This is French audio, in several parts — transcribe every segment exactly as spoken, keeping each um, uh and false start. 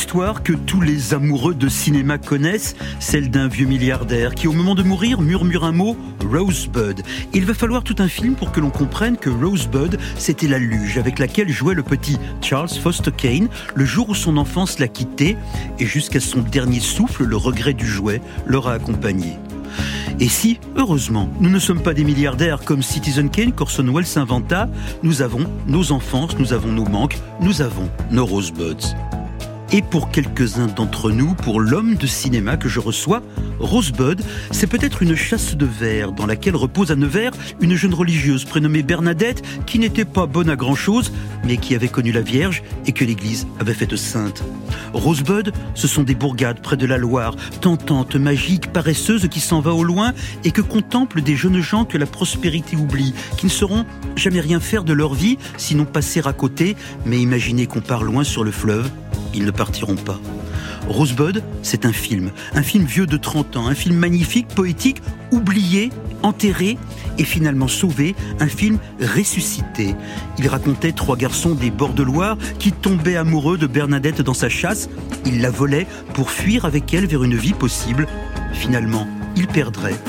l'histoire que tous les amoureux de cinéma connaissent, celle d'un vieux milliardaire qui, au moment de mourir, murmure un mot, Rosebud. Il va falloir tout un film pour que l'on comprenne que Rosebud, c'était la luge avec laquelle jouait le petit Charles Foster Kane le jour où son enfance l'a quitté, et jusqu'à son dernier souffle, le regret du jouet l'aura accompagné. Et si, heureusement, nous ne sommes pas des milliardaires comme Citizen Kane qu'Orson Welles inventa, nous avons nos enfances, nous avons nos manques, nous avons nos Rosebuds. Et pour quelques-uns d'entre nous, pour l'homme de cinéma que je reçois, Rosebud, c'est peut-être une chasse de verre dans laquelle repose à Nevers une jeune religieuse prénommée Bernadette qui n'était pas bonne à grand-chose, mais qui avait connu la Vierge et que l'Église avait faite sainte. Rosebud, ce sont des bourgades près de la Loire, tentantes, magiques, paresseuses qui s'en va au loin et que contemplent des jeunes gens que la prospérité oublie, qui ne sauront jamais rien faire de leur vie, sinon passer à côté, mais imaginez qu'on part loin sur le fleuve, ils ne partiront pas. Rosebud, c'est un film, un film vieux de trente ans, un film magnifique, poétique, oublié, enterré et finalement sauvé, un film ressuscité. Il racontait trois garçons des bords de Loire qui tombaient amoureux de Bernadette dans sa chasse. Ils la volaient pour fuir avec elle vers une vie possible. Finalement, ils perdraient.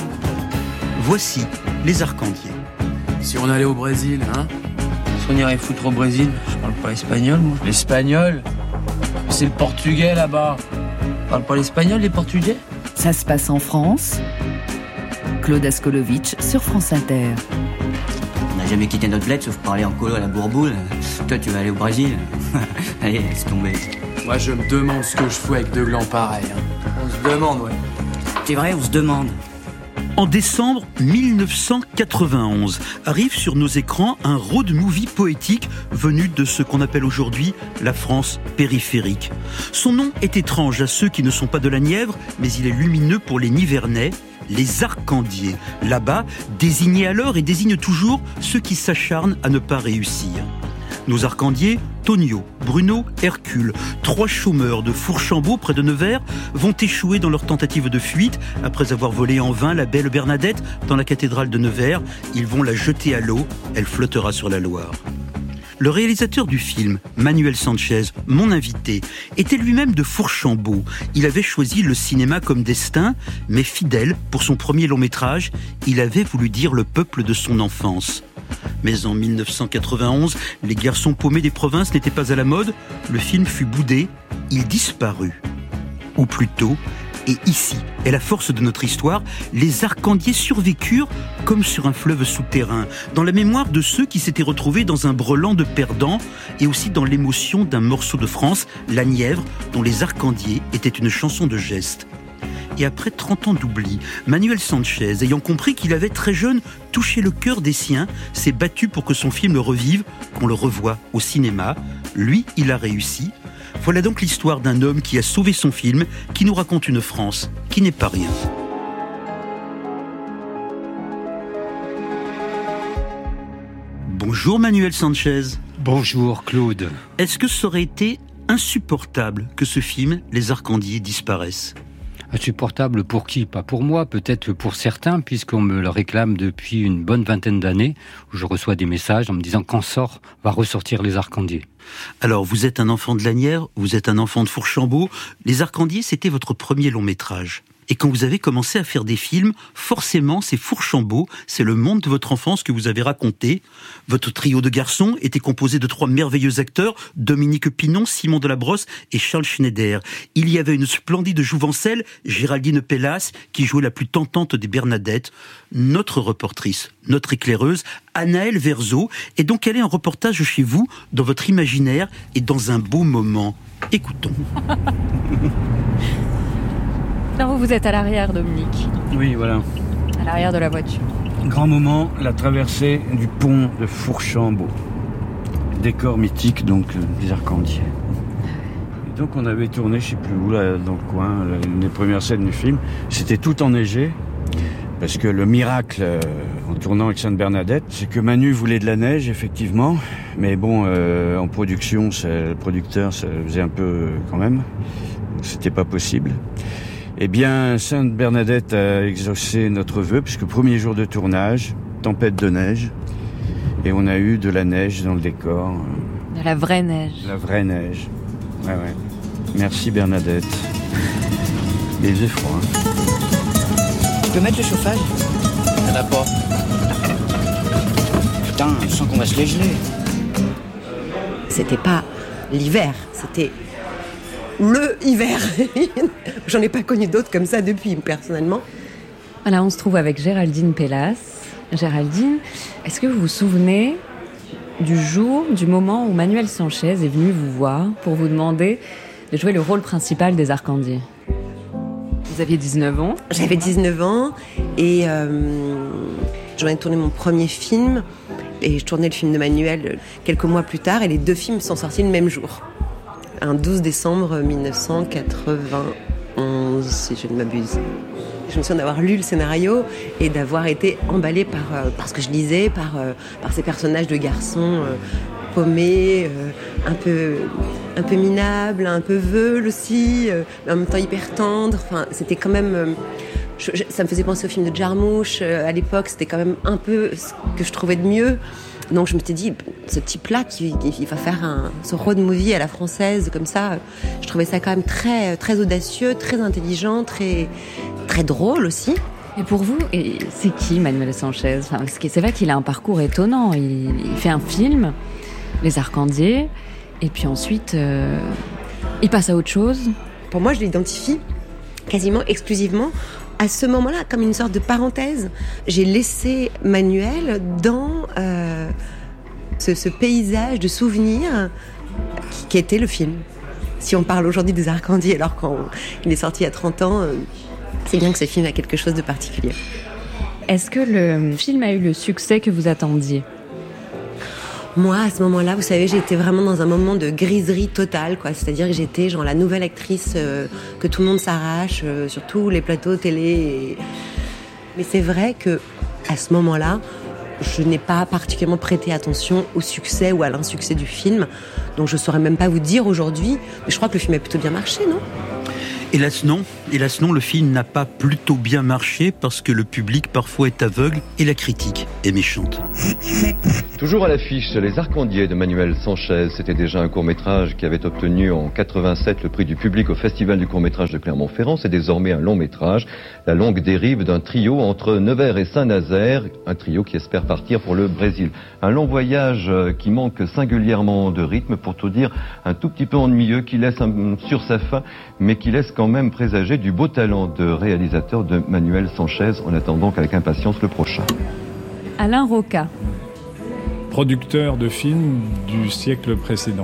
Voici les Arcandiers. Si on allait au Brésil, hein ? Si on irait foutre au Brésil, je parle pas espagnol, moi. L'espagnol ? C'est le portugais là-bas. Ils parlent pas l'espagnol, les portugais ? Ça se passe en France. Claude Askolovitch sur France Inter. On n'a jamais quitté notre bled sauf parler en colo à la bourboule. Toi, tu vas aller au Brésil. Allez, laisse tomber. Moi, je me demande ce que je fous avec deux glands pareils. Hein. On se demande, ouais. C'est vrai, on se demande. En décembre mille neuf cent quatre-vingt-onze, arrive sur nos écrans un road movie poétique venu de ce qu'on appelle aujourd'hui la France périphérique. Son nom est étrange à ceux qui ne sont pas de la Nièvre, mais il est lumineux pour les Nivernais, les Arcandiers. Là-bas, désignés alors et désignent toujours ceux qui s'acharnent à ne pas réussir. Nos Arcandiers, Tonio, Bruno, Hercule, trois chômeurs de Fourchambault près de Nevers, vont échouer dans leur tentative de fuite. Après avoir volé en vain la belle Bernadette dans la cathédrale de Nevers, ils vont la jeter à l'eau, elle flottera sur la Loire. Le réalisateur du film, Manuel Sanchez, mon invité, était lui-même de Fourchambault. Il avait choisi le cinéma comme destin, mais fidèle pour son premier long-métrage, il avait voulu dire le peuple de son enfance. Mais en mille neuf cent quatre-vingt-onze, les garçons paumés des provinces n'étaient pas à la mode, le film fut boudé, il disparut. Ou plutôt, et ici est la force de notre histoire, les Arcandiers survécurent comme sur un fleuve souterrain, dans la mémoire de ceux qui s'étaient retrouvés dans un brelan de perdants et aussi dans l'émotion d'un morceau de France, la Nièvre, dont les Arcandiers étaient une chanson de geste. Et après trente ans d'oubli, Manuel Sanchez, ayant compris qu'il avait très jeune touché le cœur des siens, s'est battu pour que son film revive, qu'on le revoie au cinéma. Lui, il a réussi. Voilà donc l'histoire d'un homme qui a sauvé son film, qui nous raconte une France qui n'est pas rien. Bonjour Manuel Sanchez. Bonjour Claude. Est-ce que ça aurait été insupportable que ce film, Les Arcandiers, disparaisse ? Insupportable pour qui ? Pas pour moi, peut-être pour certains, puisqu'on me le réclame depuis une bonne vingtaine d'années, où je reçois des messages en me disant quand sort, va ressortir Les Arcandiers. Alors, vous êtes un enfant de la Nièvre, vous êtes un enfant de Fourchambault. Les Arcandiers, c'était votre premier long métrage. Et quand vous avez commencé à faire des films, forcément, c'est Fourchambault, c'est le monde de votre enfance que vous avez raconté. Votre trio de garçons était composé de trois merveilleux acteurs, Dominique Pinon, Simon Delabrosse et Charles Schneider. Il y avait une splendide jouvencelle, Géraldine Pellas, qui jouait la plus tentante des Bernadettes. Notre reportrice, notre éclaireuse, Anaëlle Verzeau, est donc allée en reportage chez vous, dans votre imaginaire et dans un beau moment. Écoutons. Alors vous êtes à l'arrière, Dominique. Oui, voilà. À l'arrière de la voiture. Grand moment, la traversée du pont de Fourchambault. Décor mythique, donc, euh, des Arcandiers. Et donc on avait tourné, je sais plus où, là, dans le coin, là, une des premières scènes du film. C'était tout enneigé, parce que le miracle, euh, en tournant avec Sainte-Bernadette, c'est que Manu voulait de la neige, effectivement. Mais bon, euh, en production, ça, le producteur, ça faisait un peu euh, quand même. Donc c'était pas possible. Eh bien, Sainte-Bernadette a exaucé notre vœu, puisque premier jour de tournage, tempête de neige, et on a eu de la neige dans le décor. De la vraie neige. La vraie neige, ouais, ouais. Merci Bernadette. Les yeux froids. Tu peux mettre le chauffage? Y'en a pas. Putain, je sens qu'on va se les geler. C'était pas l'hiver, c'était le hiver. J'en ai pas connu d'autres comme ça depuis, personnellement. Voilà, on se trouve avec Géraldine Pellas. Géraldine, est-ce que vous vous souvenez du jour, du moment où Manuel Sanchez est venu vous voir pour vous demander de jouer le rôle principal des Arcandiers? Vous aviez dix-neuf ans. J'avais dix-neuf ans et euh, j'en ai tourné mon premier film et je tournais le film de Manuel quelques mois plus tard et les deux films sont sortis le même jour. Un douze décembre dix-neuf cent quatre-vingt-onze, si je ne m'abuse. Je me souviens d'avoir lu le scénario et d'avoir été emballée par, euh, par ce que je lisais, par, euh, par ces personnages de garçons euh, paumés, euh, un peu, un peu minables, un peu veules aussi, euh, mais en même temps hyper tendres. Enfin, c'était quand même... Euh, je, je, ça me faisait penser au film de Jarmusch. Euh, à l'époque, c'était quand même un peu ce que je trouvais de mieux. Donc je me suis dit, ce type-là, qui, qui va faire un, ce road movie à la française, comme ça, je trouvais ça quand même très, très audacieux, très intelligent, très, très drôle aussi. Et pour vous, et c'est qui Manuel Sanchez? Enfin, parce que c'est vrai qu'il a un parcours étonnant. Il, il fait un film, Les Arcandiers, et puis ensuite, euh, il passe à autre chose. Pour moi, je l'identifie quasiment exclusivement à ce moment-là, comme une sorte de parenthèse. J'ai laissé Manuel dans euh, ce, ce paysage de souvenirs qui, qui était le film. Si on parle aujourd'hui des Arcandiers, alors qu'il est sorti il y a trente ans, euh, c'est bien que ce film a quelque chose de particulier. Est-ce que le film a eu le succès que vous attendiez? Moi, à ce moment-là, vous savez, j'étais vraiment dans un moment de griserie totale, quoi. C'est-à-dire que j'étais genre la nouvelle actrice euh, que tout le monde s'arrache euh, sur tous les plateaux télé. Et... Mais c'est vrai que à ce moment-là, je n'ai pas particulièrement prêté attention au succès ou à l'insuccès du film. Donc je saurais même pas vous dire aujourd'hui. Mais je crois que le film a plutôt bien marché, non ? Hélas non, hélas non, le film n'a pas plutôt bien marché parce que le public parfois est aveugle et la critique est méchante. Toujours à l'affiche, Les Arcandiers de Manuel Sanchez. C'était déjà un court-métrage qui avait obtenu en quatre-vingt-sept le prix du public au Festival du court-métrage de Clermont-Ferrand. C'est désormais un long-métrage, la longue dérive d'un trio entre Nevers et Saint-Nazaire, un trio qui espère partir pour le Brésil. Un long voyage qui manque singulièrement de rythme, pour tout dire, un tout petit peu ennuyeux, qui laisse un, sur sa fin, mais qui laisse quand même présager du beau talent de réalisateur de Manuel Sanchez. On attend donc avec impatience le prochain. Alain Roca. Producteur de films du siècle précédent.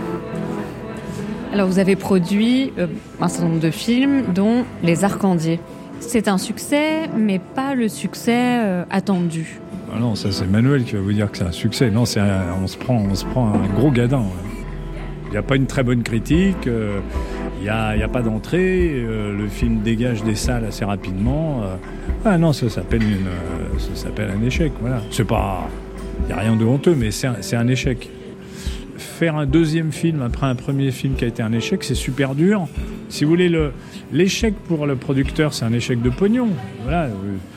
Alors vous avez produit euh, un certain nombre de films, dont Les Arcandiers. C'est un succès, mais pas le succès euh, attendu. Ah non, ça c'est Manuel qui va vous dire que c'est un succès. Non, c'est un, on se prend, on se prend un gros gadin. Ouais. Il n'y a pas une très bonne critique. Euh, Il n'y a, a pas d'entrée, euh, le film dégage des salles assez rapidement. Euh, ah non, ça s'appelle, une, euh, ça s'appelle un échec. Voilà. C'est pas, il n'y a rien de honteux, mais c'est un, c'est un échec. Faire un deuxième film après un premier film qui a été un échec, c'est super dur. Si vous voulez, le, l'échec pour le producteur, c'est un échec de pognon. Voilà.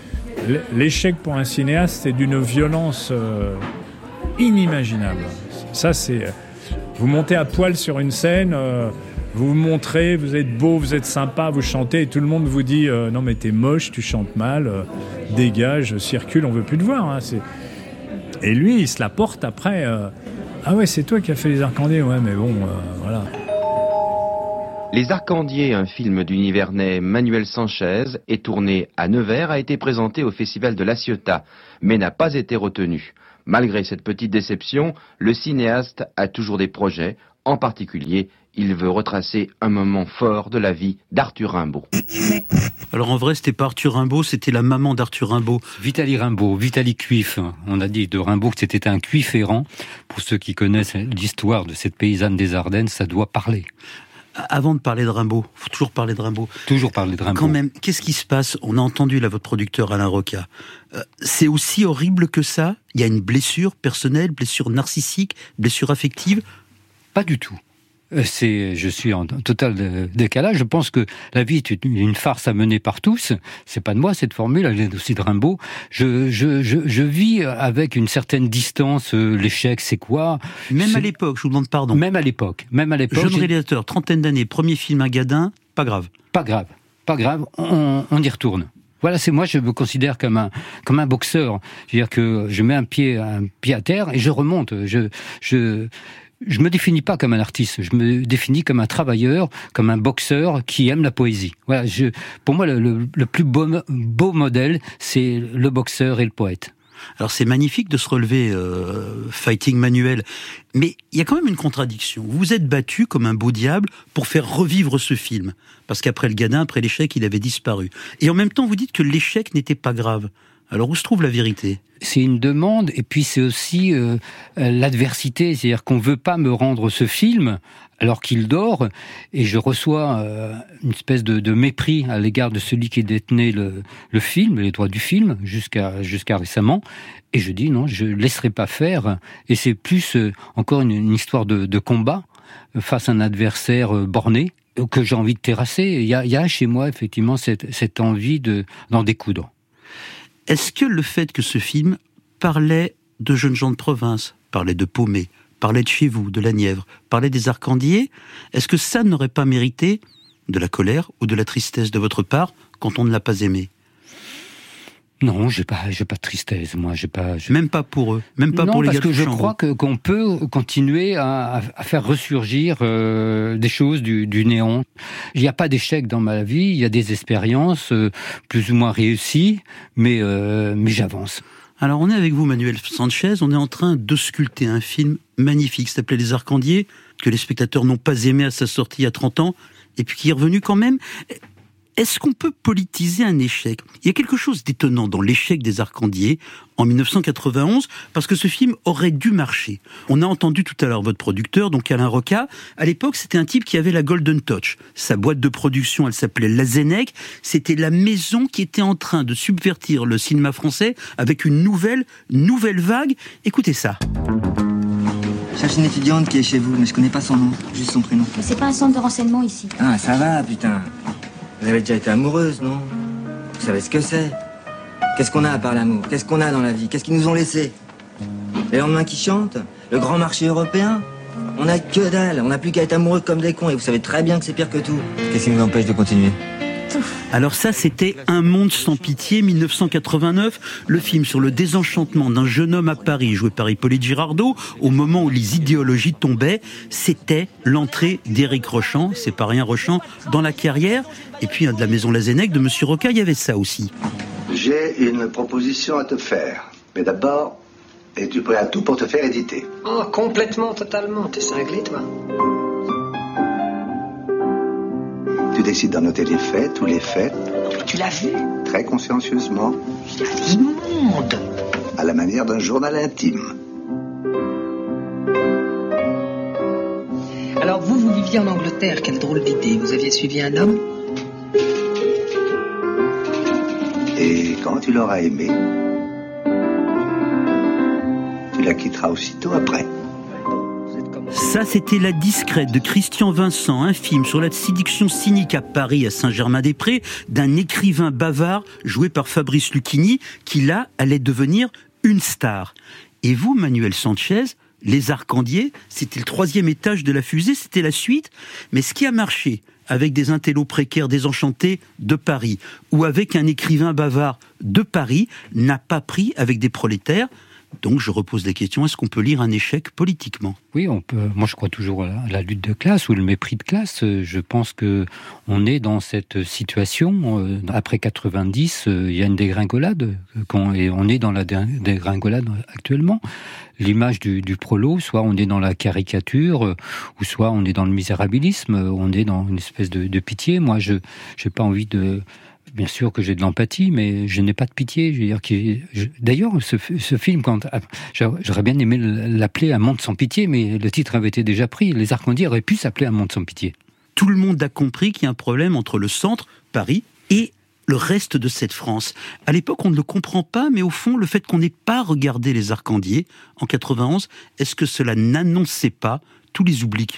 L'échec pour un cinéaste, c'est d'une violence euh, inimaginable. Ça, c'est... Vous montez à poil sur une scène... Euh, Vous vous montrez, vous êtes beau, vous êtes sympa, vous chantez et tout le monde vous dit euh, non mais t'es moche, tu chantes mal, euh, dégage, circule, on veut plus te voir. Hein, c'est... Et lui, il se la porte après. Euh, ah ouais, c'est toi qui as fait Les Arcandiers, ouais, mais bon, euh, voilà. Les Arcandiers, un film du Nivernais Manuel Sanchez, est tourné à Nevers, a été présenté au Festival de La Ciotat, mais n'a pas été retenu. Malgré cette petite déception, le cinéaste a toujours des projets. En particulier, il veut retracer un moment fort de la vie d'Arthur Rimbaud. Alors en vrai, c'était pas Arthur Rimbaud, c'était la maman d'Arthur Rimbaud. Vitaly Rimbaud, Vitaly Cuif. On a dit de Rimbaud que c'était un cuif errant. Pour ceux qui connaissent l'histoire de cette paysanne des Ardennes, ça doit parler. Avant de parler de Rimbaud, faut toujours parler de Rimbaud. Toujours parler de Rimbaud. Quand même, qu'est-ce qui se passe? On a entendu là votre producteur Alain Roca. Euh, c'est aussi horrible que ça? Il y a une blessure personnelle, blessure narcissique, blessure affective? Pas du tout. C'est, je suis en total décalage. Je pense que la vie est une farce à mener par tous. C'est pas de moi cette formule, elle est aussi de Rimbaud. Je, je, je, je vis avec une certaine distance. L'échec, c'est quoi ? Même c'est... à l'époque, je vous demande pardon. Même à l'époque, même à l'époque. Jeune j'ai... réalisateur, trentaine d'années, premier film à Gadin, pas grave. Pas grave, pas grave. On, on y retourne. Voilà, c'est moi, je me considère comme un comme un boxeur. C'est-à-dire que je mets un pied un pied à terre et je remonte. Je je Je me définis pas comme un artiste, je me définis comme un travailleur, comme un boxeur qui aime la poésie. Voilà, je, pour moi, le, le, le plus beau, beau modèle, c'est le boxeur et le poète. Alors c'est magnifique de se relever, euh, Fighting Manuel, mais il y a quand même une contradiction. Vous vous êtes battu comme un beau diable pour faire revivre ce film, parce qu'après le Gadin, après l'échec, il avait disparu. Et en même temps, vous dites que l'échec n'était pas grave. Alors où se trouve la vérité ? C'est une demande, et puis c'est aussi euh, l'adversité, c'est-à-dire qu'on veut pas me rendre ce film alors qu'il dort, et je reçois euh, une espèce de, de mépris à l'égard de celui qui détenait le, le film, les droits du film, jusqu'à jusqu'à récemment, et je dis non, je laisserai pas faire, et c'est plus euh, encore une, une histoire de, de combat face à un adversaire euh, borné, que j'ai envie de terrasser. Il y a, il y a chez moi effectivement cette, cette envie de, d'en découdre. Est-ce que le fait que ce film parlait de jeunes gens de province, parlait de paumés, parlait de chez vous, de la Nièvre, parlait des Arcandiers, est-ce que ça n'aurait pas mérité de la colère ou de la tristesse de votre part quand on ne l'a pas aimé ? Non, j'ai pas, j'ai pas de tristesse, moi, j'ai pas. J'ai... Même pas pour eux, même pas non, pour les gars parce que de je Chambre. crois que qu'on peut continuer à, à faire ressurgir euh, des choses du, du néant. Il n'y a pas d'échec dans ma vie, il y a des expériences euh, plus ou moins réussies, mais euh, mais j'avance. Alors on est avec vous, Manuel Sanchez, on est en train de sculpter un film magnifique, s'appelait Les Arcandiers, que les spectateurs n'ont pas aimé à sa sortie il y a trente ans, et puis qui est revenu quand même. Est-ce qu'on peut politiser un échec ? Il y a quelque chose d'étonnant dans l'échec des Arcandiers en dix-neuf cent quatre-vingt-onze, parce que ce film aurait dû marcher. On a entendu tout à l'heure votre producteur, donc Alain Roca. À l'époque, c'était un type qui avait la Golden Touch. Sa boîte de production, elle s'appelait Lazenec. C'était la maison qui était en train de subvertir le cinéma français avec une nouvelle, nouvelle vague. Écoutez ça. Je cherche une étudiante qui est chez vous, mais je connais pas son nom, juste son prénom. Mais c'est pas un centre de renseignement ici. Ah, ça va, putain. Vous avez déjà été amoureuse, non? Vous savez ce que c'est? Qu'est-ce qu'on a à part l'amour? Qu'est-ce qu'on a dans la vie? Qu'est-ce qu'ils nous ont laissé? Les lendemains qui chantent? Le grand marché européen? On a que dalle, on n'a plus qu'à être amoureux comme des cons, et vous savez très bien que c'est pire que tout. Qu'est-ce qui nous empêche de continuer? Alors ça, c'était Un monde sans pitié, dix-neuf cent quatre-vingt-neuf, le film sur le désenchantement d'un jeune homme à Paris, joué par Hippolyte Girardot, au moment où les idéologies tombaient. C'était l'entrée d'Éric Rochant, c'est pas rien Rochant, dans la carrière. Et puis de la maison Lazenec de Monsieur Roca, il y avait ça aussi. J'ai une proposition à te faire. Mais d'abord, es-tu prêt à tout pour te faire éditer? Oh, complètement, totalement. T'es cinglé, toi. Tu décides d'annoter les faits, tous les faits. Tu l'as vu? Très consciencieusement. Immonde. À la manière d'un journal intime. Alors vous, vous viviez en Angleterre. Quelle drôle d'idée. Vous aviez suivi un homme? Et quand tu l'auras aimé, tu la quitteras aussitôt après. Ça, c'était La Discrète de Christian Vincent, un film sur la séduction cynique à Paris, à Saint-Germain-des-Prés, d'un écrivain bavard joué par Fabrice Lucchini, qui là allait devenir une star. Et vous, Manuel Sanchez, Les Arcandiers, c'était le troisième étage de la fusée, c'était la suite. Mais ce qui a marché avec des intellos précaires désenchantés de Paris, ou avec un écrivain bavard de Paris, n'a pas pris avec des prolétaires. Donc je repose la question, est-ce qu'on peut lire un échec politiquement ? Oui, on peut. Moi je crois toujours à la, à la lutte de classe ou le mépris de classe. Je pense que on est dans cette situation. Après quatre-vingt-dix, il y a une dégringolade, et on est dans la dégringolade actuellement. L'image du, du prolo, soit on est dans la caricature, ou soit on est dans le misérabilisme, on est dans une espèce de, de pitié. Moi je j'ai pas envie de... Bien sûr que j'ai de l'empathie, mais je n'ai pas de pitié. Je veux dire, qui, je, d'ailleurs, ce, ce film, quand, j'aurais bien aimé l'appeler Un monde sans pitié, mais le titre avait été déjà pris. Les Arcandiers auraient pu s'appeler Un monde sans pitié. Tout le monde a compris qu'il y a un problème entre le centre, Paris, et le reste de cette France. À l'époque, on ne le comprend pas, mais au fond, le fait qu'on n'ait pas regardé Les Arcandiers en quatre-vingt-onze, est-ce que cela n'annonçait pas tous les oublis qui ont suivi ?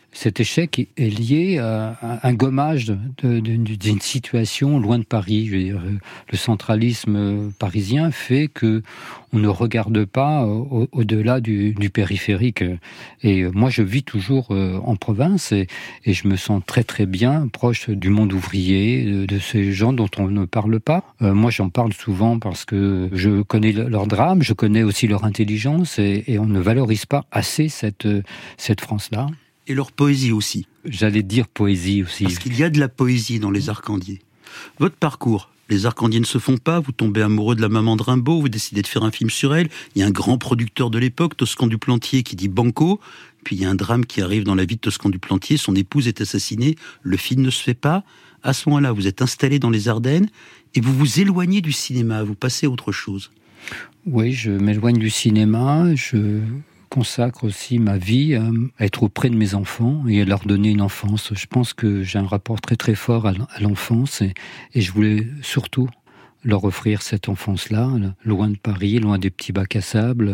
Cet échec est lié à un gommage de, de, d'une situation loin de Paris. Je veux dire, le centralisme parisien fait que on ne regarde pas au, au-delà du, du périphérique. Et moi, je vis toujours en province et, et je me sens très très bien proche du monde ouvrier, de, de ces gens dont on ne parle pas. Euh, moi, j'en parle souvent parce que je connais leur drame, je connais aussi leur intelligence et, et on ne valorise pas assez cette, cette France-là. Et leur poésie aussi. J'allais dire poésie aussi. Parce qu'il y a de la poésie dans les Arcandiers. Votre parcours, les Arcandiers ne se font pas, vous tombez amoureux de la maman de Rimbaud, vous décidez de faire un film sur elle, il y a un grand producteur de l'époque, Toscan du Plantier, qui dit banco, puis il y a un drame qui arrive dans la vie de Toscan du Plantier, son épouse est assassinée, le film ne se fait pas. À ce moment-là, vous êtes installé dans les Ardennes et vous vous éloignez du cinéma, vous passez à autre chose. Oui, je m'éloigne du cinéma, je consacre aussi ma vie à être auprès de mes enfants et à leur donner une enfance. Je pense que j'ai un rapport très très fort à l'enfance et, et je voulais surtout leur offrir cette enfance-là, loin de Paris, loin des petits bacs à sable.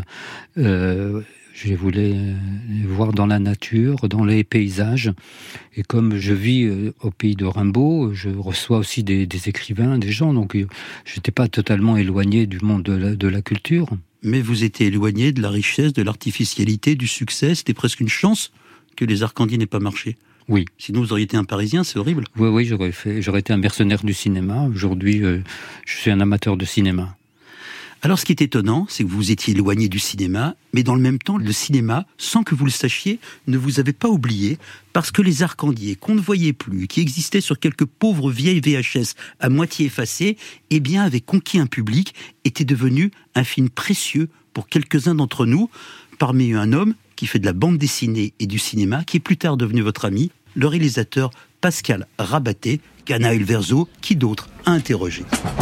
Euh, je voulais les voir dans la nature, dans les paysages. Et comme je vis au pays de Rimbaud, je reçois aussi des, des écrivains, des gens, donc je n'étais pas totalement éloigné du monde de la, de la culture. Mais vous étiez éloigné de la richesse, de l'artificialité, du succès. C'était presque une chance que les Arcandiers n'aient pas marché. Oui. Sinon, vous auriez été un Parisien, c'est horrible. Oui, oui, j'aurais fait. J'aurais été un mercenaire du cinéma. Aujourd'hui, euh, je suis un amateur de cinéma. Alors, ce qui est étonnant, c'est que vous étiez éloigné du cinéma, mais dans le même temps, le cinéma, sans que vous le sachiez, ne vous avait pas oublié, parce que les Arcandiers, qu'on ne voyait plus, qui existaient sur quelques pauvres vieilles V H S à moitié effacées, eh bien, avaient conquis un public, était devenu un film précieux pour quelques-uns d'entre nous, parmi eux un homme qui fait de la bande dessinée et du cinéma, qui est plus tard devenu votre ami, le réalisateur Pascal Rabaté, Canaille Verzo, qui d'autre a interrogé.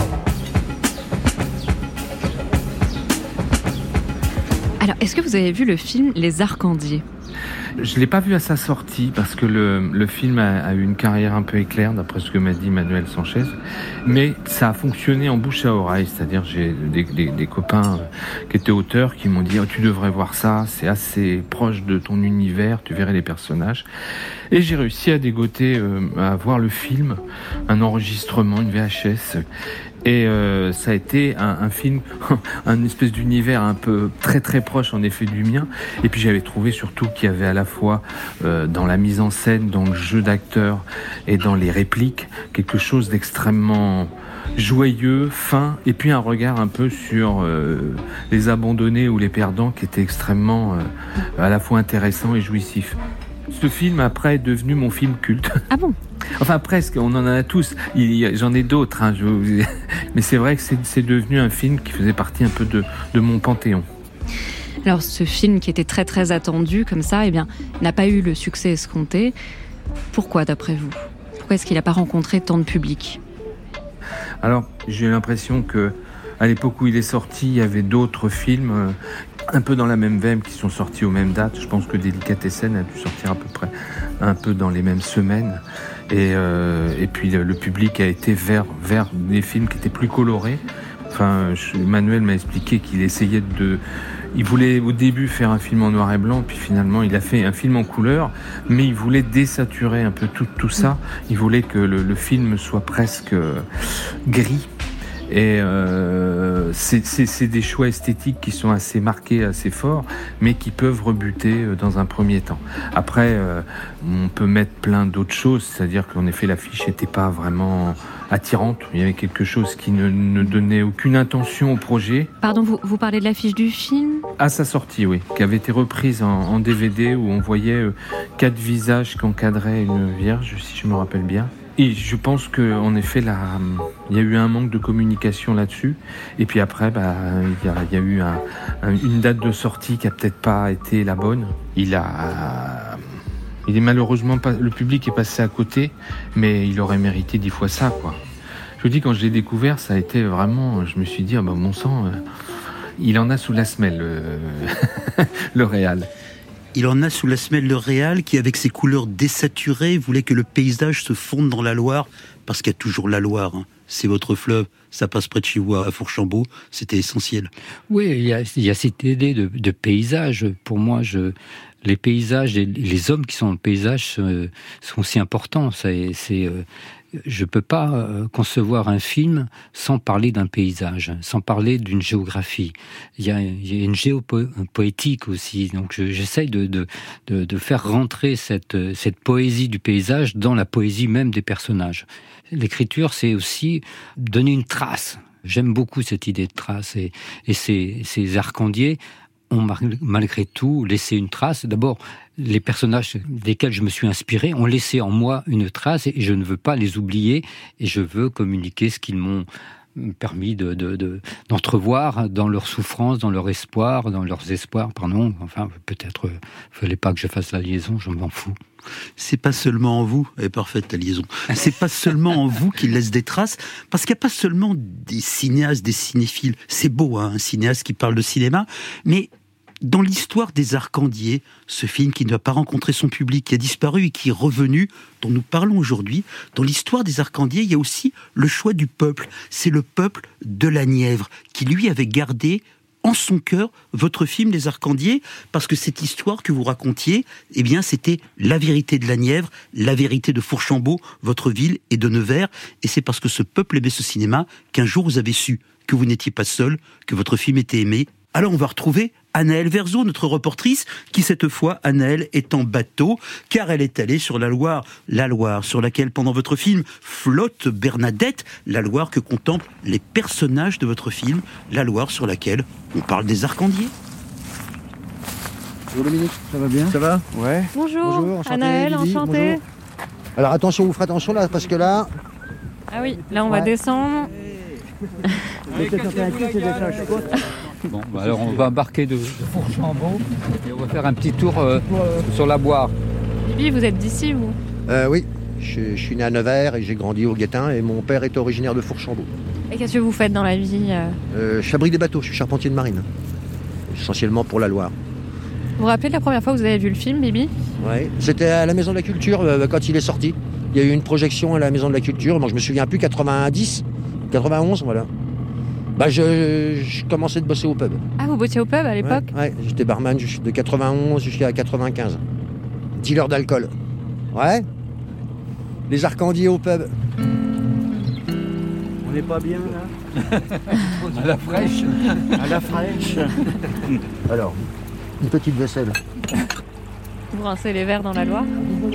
Alors, est-ce que vous avez vu le film Les Arcandiers ? Je ne l'ai pas vu à sa sortie parce que le, le film a, a eu une carrière un peu éclair, d'après ce que m'a dit Manuel Sanchez. Mais ça a fonctionné en bouche à oreille, c'est-à-dire j'ai des, des, des copains qui étaient auteurs qui m'ont dit oh, « tu devrais voir ça, c'est assez proche de ton univers, tu verrais les personnages ». Et j'ai réussi à dégoter, euh, à voir le film, un enregistrement, une V H S. Et euh, ça a été un, un film, un espèce d'univers un peu très très proche en effet du mien. Et puis j'avais trouvé surtout qu'il y avait à la fois euh, dans la mise en scène, dans le jeu d'acteur et dans les répliques, quelque chose d'extrêmement joyeux, fin, et puis un regard un peu sur euh, les abandonnés ou les perdants qui était extrêmement euh, à la fois intéressant et jouissif. Ce film, après, est devenu mon film culte. Ah bon ? Enfin, presque, on en a tous. Il y a, j'en ai d'autres, hein, je, mais c'est vrai que c'est, c'est devenu un film qui faisait partie un peu de, de mon panthéon. Alors, ce film qui était très très attendu, comme ça, eh bien, n'a pas eu le succès escompté. Pourquoi, d'après vous ? Pourquoi est-ce qu'il n'a pas rencontré tant de public ? Alors, j'ai l'impression que à l'époque où il est sorti, il y avait d'autres films euh, un peu dans la même veine qui sont sortis aux mêmes dates. Je pense que Délicatessen a dû sortir à peu près un peu dans les mêmes semaines. Et, euh, et puis le, le public a été vers, vers des films qui étaient plus colorés. Enfin, je, Manuel m'a expliqué qu'il essayait de... Il voulait au début faire un film en noir et blanc, puis finalement il a fait un film en couleur, mais il voulait désaturer un peu tout, tout ça. Il voulait que le, le film soit presque gris. Et euh, c'est, c'est, c'est des choix esthétiques qui sont assez marqués, assez forts, mais qui peuvent rebuter dans un premier temps. Après, euh, on peut mettre plein d'autres choses, c'est-à-dire qu'en effet l'affiche n'était pas vraiment attirante. Il y avait quelque chose qui ne, ne donnait aucune intention au projet. Pardon, vous, vous parlez de l'affiche du film ? À sa sortie, oui, qui avait été reprise en, en D V D où on voyait euh, quatre visages qui encadraient une vierge, si je me rappelle bien. Et je pense qu'en effet, là, il y a eu un manque de communication là-dessus. Et puis après, bah, il y a, il y a eu un, un, une date de sortie qui a peut-être pas été la bonne. Il a, il est malheureusement pas, le public est passé à côté, mais il aurait mérité dix fois ça, quoi. Je vous dis, quand je l'ai découvert, ça a été vraiment, je me suis dit, ah bah, mon sang, euh, il en a sous la semelle, euh, le réal. Il en a sous la semelle le Réal qui, avec ses couleurs désaturées, voulait que le paysage se fonde dans la Loire, parce qu'il y a toujours la Loire. Hein. C'est votre fleuve, ça passe près de chez vous à Fourchambault, c'était essentiel. Oui, il y a, il y a cette idée de, de paysage. Pour moi, je, les paysages et les hommes qui sont dans le paysage euh, sont aussi importants. C'est, c'est, euh, je ne peux pas euh, concevoir un film sans parler d'un paysage, sans parler d'une géographie. Il y a, il y a une géopoétique aussi. Donc je, j'essaye de, de, de, de faire rentrer cette, cette poésie du paysage dans la poésie même des personnages. L'écriture, c'est aussi donner une trace. J'aime beaucoup cette idée de trace. Et, et ces, ces arcandiers ont malgré tout laissé une trace. D'abord, les personnages desquels je me suis inspiré ont laissé en moi une trace et je ne veux pas les oublier et je veux communiquer ce qu'ils m'ont permis de, de, de, d'entrevoir dans leur souffrance, dans leur espoir, dans leurs espoirs, pardon. Enfin, peut-être, euh, fallait pas que je fasse la liaison, je m'en fous. C'est pas seulement en vous, elle est parfaite ta liaison, c'est pas seulement en vous qu'il laisse des traces, parce qu'il n'y a pas seulement des cinéastes, des cinéphiles, c'est beau, hein, un cinéaste qui parle de cinéma, mais dans l'histoire des Arcandiers, ce film qui n'a pas rencontré son public, qui a disparu et qui est revenu, dont nous parlons aujourd'hui, dans l'histoire des Arcandiers, il y a aussi le choix du peuple. C'est le peuple de la Nièvre, qui lui avait gardé en son cœur votre film Les Arcandiers, parce que cette histoire que vous racontiez, eh bien, c'était la vérité de la Nièvre, la vérité de Fourchambault, votre ville, et de Nevers, et c'est parce que ce peuple aimait ce cinéma qu'un jour vous avez su que vous n'étiez pas seul, que votre film était aimé. Alors on va retrouver Anaëlle Verzeau, notre reportrice, qui cette fois, Anaëlle, est en bateau, car elle est allée sur la Loire, la Loire sur laquelle, pendant votre film, flotte Bernadette, la Loire que contemplent les personnages de votre film, la Loire sur laquelle on parle des Arcandiers. Bonjour Dominique, ça va bien? Ça va? Ouais. Bonjour, Bonjour, enchanté, Anaëlle, Lydie, enchantée. bonjour. Alors attention, vous ferez attention là, parce que là... Ah oui, là on ouais. va descendre. Bon, bah alors on va embarquer de, de Fourchambault et on va faire un petit tour euh, sur la Boire. Bibi, vous êtes d'ici, vous? euh, Oui, je, je suis né à Nevers et j'ai grandi au Guettin et mon père est originaire de Fourchambault. Et qu'est-ce que vous faites dans la vie? euh, Je fabrique des bateaux, je suis charpentier de marine, essentiellement pour la Loire. Vous vous rappelez de la première fois que vous avez vu le film, Bibi? Oui, c'était à la Maison de la Culture euh, quand il est sorti. Il y a eu une projection à la Maison de la Culture, bon, je me souviens plus, quatre-vingt-dix, quatre-vingt-onze, voilà. Bah je, je commençais de bosser au pub. Ah, vous bossiez au pub à l'époque? Ouais, ouais, j'étais barman de quatre-vingt-onze jusqu'à quatre-vingt-quinze. Dealer d'alcool. Ouais. Les Arcandiers au pub. On n'est pas bien là? À la fraîche. À la fraîche. Alors, une petite vaisselle. Vous rincez les verres dans la Loire?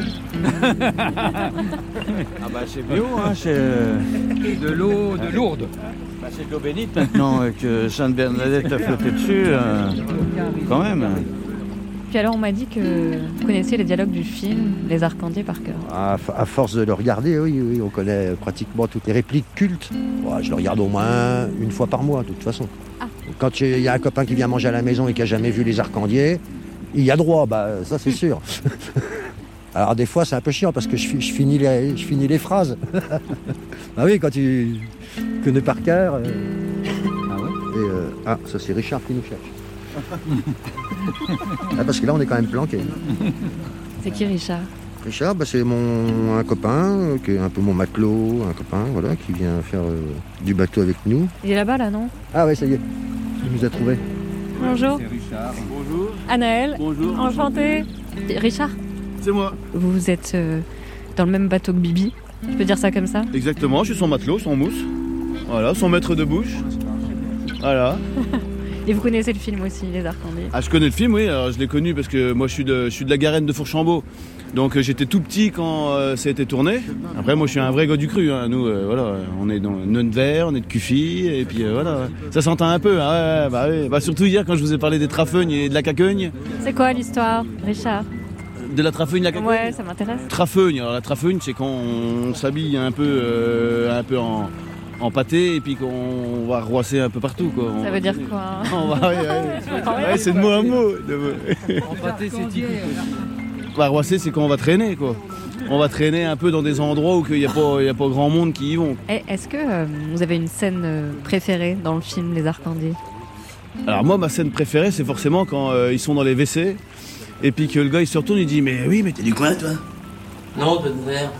Ah bah c'est bio, hein, c'est... De l'eau de lourde. Bah c'est de l'eau bénite maintenant, euh, que Sainte Bernadette a flotté dessus, euh, quand même. Puis alors on m'a dit que vous connaissiez les dialogues du film Les Arcandiers par cœur. À, à force de le regarder, oui, oui, on connaît pratiquement toutes les répliques cultes. Ouais, je le regarde au moins une fois par mois, de toute façon. Ah. Quand il y a un copain qui vient manger à la maison et qui n'a jamais vu Les Arcandiers, il y a droit, bah ça c'est sûr. Alors des fois c'est un peu chiant parce que je, je, finis, les, je finis les phrases. Ah oui, quand tu connais par cœur. Euh... Ah ouais et, euh... Ah, ça c'est Richard qui nous cherche. Ah, parce que là on est quand même planqué. C'est qui Richard? Richard, bah, c'est mon un copain, euh, qui est un peu mon matelot, un copain, voilà, qui vient faire euh, du bateau avec nous. Il est là-bas là, non? Ah ouais, ça y est, il nous a trouvés. Bonjour. C'est Richard. Bonjour. Anaëlle. Bonjour. Enchantée. Richard? C'est moi. Vous êtes euh, dans le même bateau que Bibi, je peux dire ça comme ça? Exactement, je suis son matelot, son mousse. Voilà, son maître de bouche. Voilà. Et vous connaissez le film aussi, Les Arcandiers? Ah, je connais le film, oui. Alors, je l'ai connu parce que moi, je suis de, je suis de la Garenne de Fourchambault. Donc, euh, j'étais tout petit quand euh, ça a été tourné. Après, moi, je suis un vrai gars du cru. Hein. Nous, euh, voilà, on est dans Nevers, on est de Cuffy, et puis euh, voilà. Ça s'entend un peu. Hein. Ouais, bah, ouais. Bah, surtout hier, quand je vous ai parlé des trafeugnes et de la caqueugne. C'est quoi l'histoire, Richard? De la trafeugne, la caqueugne? Ouais, ça m'intéresse. Trafeugne. Alors, la trafeugne, c'est quand on s'habille un peu, euh, un peu en... en pâté et puis qu'on va roisser un peu partout quoi. Ça veut dire quoi? On va, ouais, ouais. Ouais, c'est de mot à mot. En pâté, c'est typique. Bah, roisser, c'est quand on va traîner quoi. On va traîner un peu dans des endroits où il n'y a pas, il y a pas grand monde qui y vont. Et est-ce que euh, vous avez une scène euh, préférée dans le film Les Arcandiers? Alors moi, ma scène préférée, c'est forcément quand euh, ils sont dans les W C et puis que le gars il se retourne, il dit mais oui, mais t'es du coin toi? Non, de Nevers.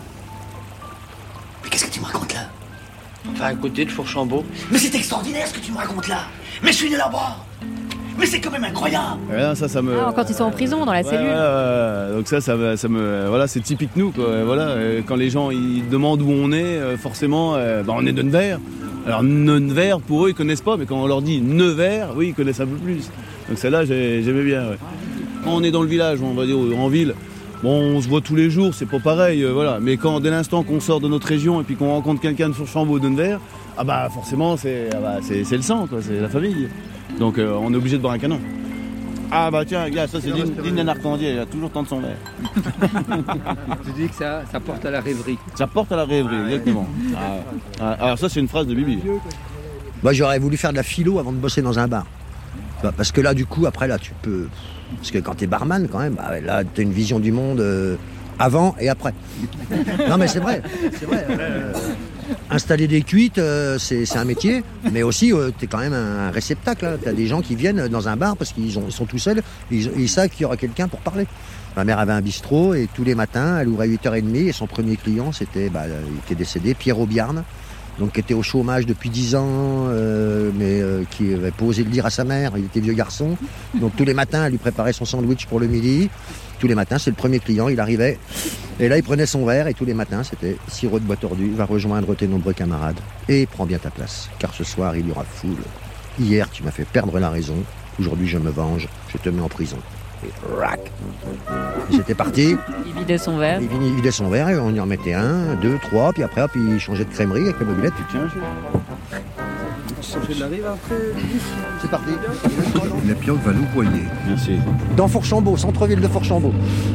Mais qu'est-ce que tu me racontes là? Enfin, à côté de Fourchambault. Mais c'est extraordinaire ce que tu me racontes là. Mais je suis né là-bas. Mais c'est quand même incroyable. Ouais, ça, ça me... Ah, quand ils sont en prison, dans la Ouais, cellule. ouais, ouais. Donc ça, ça me, ça me, voilà, c'est typique nous, quoi. Voilà, quand les gens ils demandent où on est, forcément, bah, on est de Nevers. Alors Nevers, pour eux, ils connaissent pas, mais quand on leur dit Nevers, oui, ils connaissent un peu plus. Donc celle-là, j'aimais bien. Ouais. Quand on est dans le village, on va dire en ville, bon, on se voit tous les jours, c'est pas pareil, euh, voilà. Mais quand dès l'instant qu'on sort de notre région et puis qu'on rencontre quelqu'un de Fourchambault ou de Nevers, ah bah forcément, c'est, ah bah, c'est, c'est le sang, quoi, c'est la famille. Donc euh, on est obligé de boire un canon. Ah bah tiens, gars, ça c'est digne, digne d'un arcandier, il a toujours tant de son verre. Tu dis que ça, ça porte à la rêverie. Ça porte à la rêverie, ah, exactement. Ouais. Ah, alors ça c'est une phrase de Bibi. Moi j'aurais voulu faire de la philo avant de bosser dans un bar. Parce que là du coup, après là tu peux... Parce que quand t'es barman quand même, bah, là t'as une vision du monde euh, avant et après. Non mais c'est vrai, c'est vrai. Euh, installer des cuites, euh, c'est, c'est un métier, mais aussi euh, t'es quand même un réceptacle. Hein. T'as des gens qui viennent dans un bar parce qu'ils ont, ils sont tout seuls, ils, ils savent qu'il y aura quelqu'un pour parler. Ma mère avait un bistrot et tous les matins, elle ouvrait à huit heures trente et son premier client, c'était, bah, il était décédé, Pierre Aubiarn, donc qui était au chômage depuis dix ans, euh, mais euh, qui n'avait pas osé le dire à sa mère, il était vieux garçon. Donc tous les matins, elle lui préparait son sandwich pour le midi. Tous les matins, c'est le premier client, il arrivait. Et là, il prenait son verre et tous les matins, c'était sirop de bois tordu, va rejoindre tes nombreux camarades. Et prends bien ta place, car ce soir, il y aura foule. Hier, tu m'as fait perdre la raison. Aujourd'hui, je me venge, je te mets en prison. Et rac. Et c'était parti. Il vidait son verre. Il vidait son verre et on y en mettait un, deux, trois, puis après, hop, il changeait de crèmerie avec la mobilette. Tiens, je... de la rive après. C'est parti. La pioque va louvoyer. Merci. Dans Fourchambault, centre-ville de Fourchambault.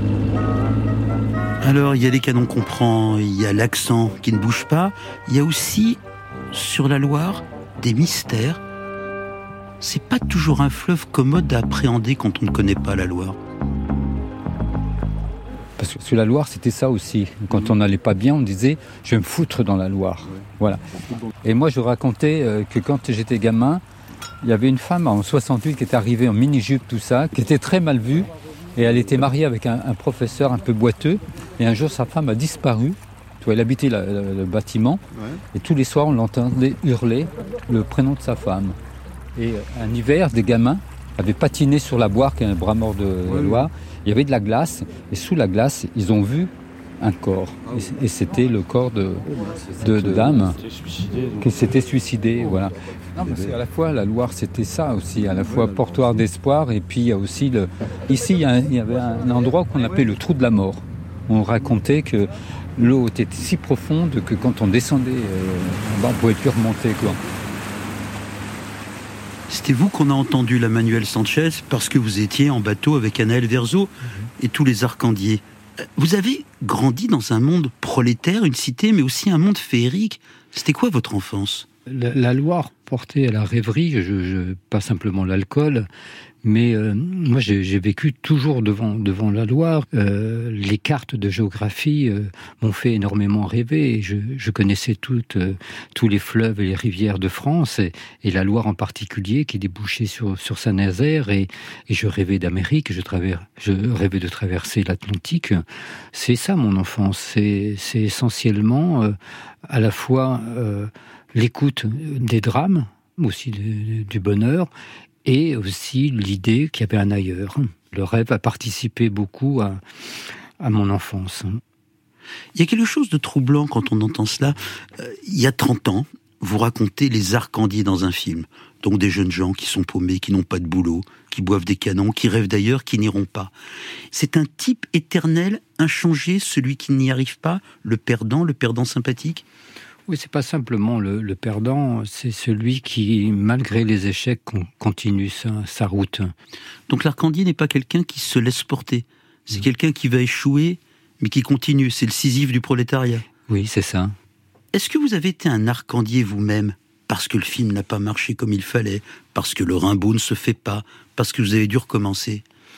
Alors, il y a les canons qu'on prend, il y a l'accent qui ne bouge pas. Il y a aussi, sur la Loire, des mystères. C'est pas toujours un fleuve commode à appréhender quand on ne connaît pas la Loire. Parce que sur la Loire, c'était ça aussi. Quand on n'allait pas bien, on disait « je vais me foutre dans la Loire ». Voilà. Et moi, je racontais que quand j'étais gamin, il y avait une femme en soixante-huit qui était arrivée en mini-jupe, tout ça, qui était très mal vue. Et elle était mariée avec un, un professeur un peu boiteux. Et un jour, sa femme a disparu. Tu vois, elle habitait la, la, le bâtiment. Ouais. Et tous les soirs, on l'entendait hurler le prénom de sa femme. Et un hiver, des gamins avaient patiné sur la Boire, qui est un bras mort de ouais, Loire. Il y avait de la glace. Et sous la glace, ils ont vu un corps. Et, et c'était le corps de, de, de dame qui s'était suicidée. Voilà. Non, mais c'est à la fois, la Loire, c'était ça aussi, à la fois portoir d'espoir, et puis il y a aussi, le... ici, il y, a, il y avait un endroit qu'on appelait le trou de la mort. On racontait que l'eau était si profonde que quand on descendait, euh, ben, on ne pouvait plus remonter, quoi. C'était vous qu'on a entendu, la Manuel Sanchez, parce que vous étiez en bateau avec Anaël Verzo et tous les arcandiers. Vous avez grandi dans un monde prolétaire, une cité, mais aussi un monde féerique. C'était quoi votre enfance ? La, la Loire portait à la rêverie, je, je, pas simplement l'alcool, mais euh, moi j'ai, j'ai vécu toujours devant, devant la Loire. Euh, les cartes de géographie euh, m'ont fait énormément rêver. Je, je connaissais toutes, euh, tous les fleuves et les rivières de France, et, et la Loire en particulier qui débouchait sur, sur Saint-Nazaire, et, et je rêvais d'Amérique, je, travers, je rêvais de traverser l'Atlantique. C'est ça mon enfance, c'est, c'est essentiellement euh, à la fois... Euh, l'écoute des drames, aussi du, du bonheur, et aussi l'idée qu'il y avait un ailleurs. Le rêve a participé beaucoup à, à mon enfance. Il y a quelque chose de troublant quand on entend cela. Euh, il y a trente ans, vous racontez les arcandiers dans un film. Donc des jeunes gens qui sont paumés, qui n'ont pas de boulot, qui boivent des canons, qui rêvent d'ailleurs, qui n'iront pas. C'est un type éternel, inchangé, celui qui n'y arrive pas, le perdant, le perdant sympathique ? Oui, c'est pas simplement le, le perdant, c'est celui qui, malgré les échecs, continue sa, sa route. Donc l'arcandier n'est pas quelqu'un qui se laisse porter, c'est mmh. quelqu'un qui va échouer, mais qui continue, c'est le Sisyphe du prolétariat. Oui, c'est ça. Est-ce que vous avez été un arcandier vous-même, parce que le film n'a pas marché comme il fallait, parce que le Rimbaud ne se fait pas, parce que vous avez dû recommencer ?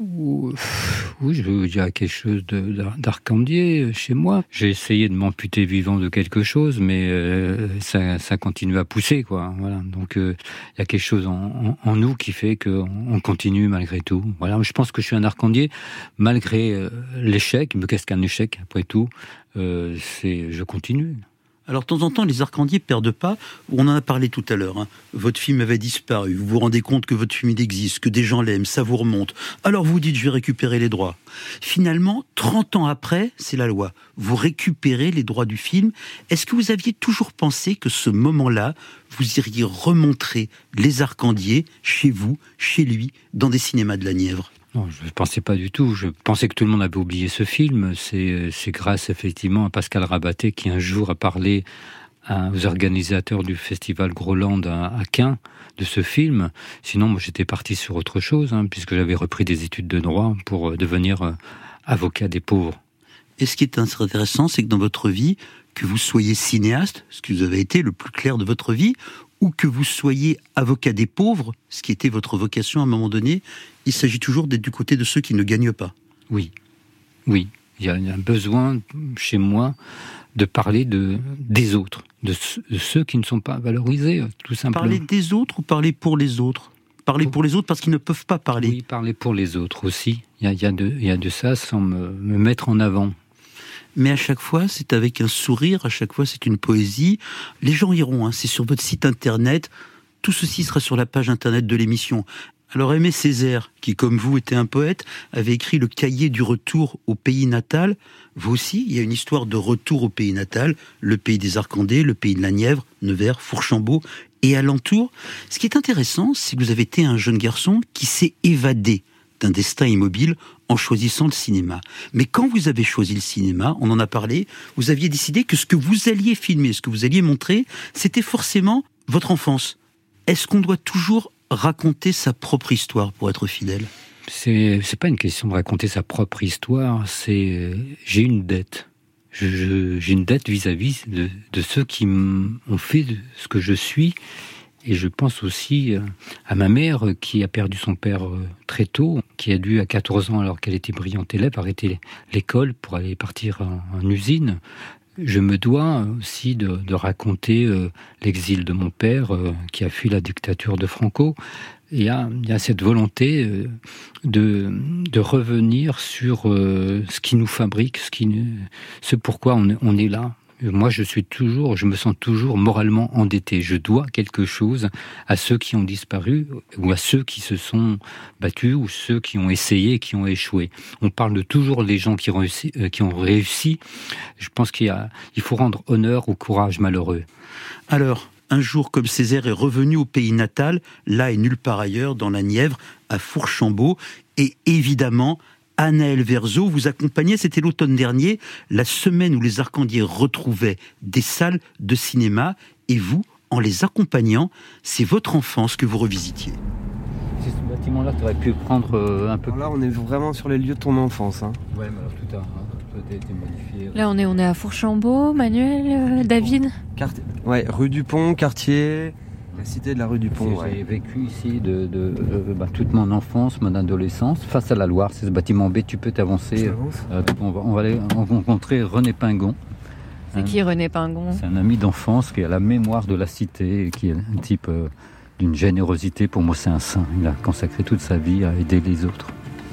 Oui, je dirais quelque chose de, d'arcandier chez moi. J'ai essayé de m'amputer vivant de quelque chose, mais euh, ça, ça continue à pousser, quoi. Voilà. Donc, il euh, y a quelque chose en, en, en nous qui fait qu'on continue malgré tout. Voilà. Je pense que je suis un arcandier malgré euh, l'échec. Mais qu'est-ce qu'un échec après tout euh, C'est, je continue. Alors, de temps en temps, les arcandiers perdent pas. On en a parlé tout à l'heure. Hein. Votre film avait disparu. Vous vous rendez compte que votre film il existe, que des gens l'aiment, ça vous remonte. Alors, vous dites, je vais récupérer les droits. Finalement, trente ans après, c'est la loi. Vous récupérez les droits du film. Est-ce que vous aviez toujours pensé que ce moment-là, vous iriez remontrer les arcandiers chez vous, chez lui, dans des cinémas de la Nièvre ? Non, je ne pensais pas du tout. Je pensais que tout le monde avait oublié ce film. C'est, c'est grâce effectivement à Pascal Rabaté qui un jour a parlé à, aux organisateurs du festival Groland à, à Caen de ce film. Sinon, moi, j'étais parti sur autre chose, hein, puisque j'avais repris des études de droit pour euh, devenir euh, avocat des pauvres. Et ce qui est intéressant, c'est que dans votre vie, que vous soyez cinéaste, ce qui vous avez été le plus clair de votre vie, ou que vous soyez avocat des pauvres, ce qui était votre vocation à un moment donné, il s'agit toujours d'être du côté de ceux qui ne gagnent pas. Oui, oui. Il y a un besoin chez moi de parler de, des autres, de, de ceux qui ne sont pas valorisés, tout simplement. Parler des autres ou parler pour les autres ? Parler pour les autres parce qu'ils ne peuvent pas parler. Oui, parler pour les autres aussi. Il y a, il y a, de, il y a de ça sans me, me mettre en avant. Mais à chaque fois, c'est avec un sourire, à chaque fois, c'est une poésie. Les gens iront, hein, c'est sur votre site internet. Tout ceci sera sur la page internet de l'émission. Alors Aimé Césaire, qui comme vous était un poète, avait écrit le cahier du retour au pays natal. Vous aussi, il y a une histoire de retour au pays natal, le pays des Arcandais, le pays de la Nièvre, Nevers, Fourchambault et alentour. Ce qui est intéressant, c'est que vous avez été un jeune garçon qui s'est évadé d'un destin immobile en choisissant le cinéma. Mais quand vous avez choisi le cinéma, on en a parlé, vous aviez décidé que ce que vous alliez filmer, ce que vous alliez montrer, c'était forcément votre enfance. Est-ce qu'on doit toujours raconter sa propre histoire pour être fidèle ? C'est, c'est pas une question de raconter sa propre histoire, c'est j'ai une dette. Je, je, j'ai une dette vis-à-vis de, de ceux qui m'ont fait de ce que je suis. Et je pense aussi à ma mère qui a perdu son père très tôt, qui a dû à quatorze ans, alors qu'elle était brillante élève, arrêter l'école pour aller partir en, en usine. Je me dois aussi de, de raconter euh, l'exil de mon père euh, qui a fui la dictature de Franco. Et il y a, il y a cette volonté euh, de, de revenir sur euh, ce qui nous fabrique, ce, qui, ce pourquoi on, on est là. Moi, je suis toujours, je me sens toujours moralement endetté. Je dois quelque chose à ceux qui ont disparu ou à ceux qui se sont battus ou ceux qui ont essayé et qui ont échoué. On parle de toujours les gens qui ont réussi. Euh, qui ont réussi. Je pense qu'il y a, il faut rendre honneur au courage malheureux. Alors, un jour comme Césaire est revenu au pays natal, là et nulle part ailleurs, dans la Nièvre, à Fourchambault, et évidemment, Anaël Verzo vous accompagnait, c'était l'automne dernier, la semaine où les Arcandiers retrouvaient des salles de cinéma, et vous, en les accompagnant, c'est votre enfance que vous revisitiez. C'est ce bâtiment-là, tu aurais pu prendre euh, un peu... Alors là, on est vraiment sur les lieux de ton enfance. Hein. Ouais, mais alors tout a, tout a été modifié. Là, on est, on est à Fourchambault, Manuel, euh, David Quart... Ouais, rue du Pont, quartier... La cité de la rue du Pont. J'ai ouais. vécu ici de, de, de bah, toute mon enfance, mon adolescence, face à la Loire. C'est ce bâtiment B, tu peux t'avancer. Euh, on, va, on va aller rencontrer René Pingon. C'est hein, qui René Pingon ? C'est un ami d'enfance qui a la mémoire de la cité, qui est un type euh, d'une générosité. Pour moi, c'est un saint. Il a consacré toute sa vie à aider les autres.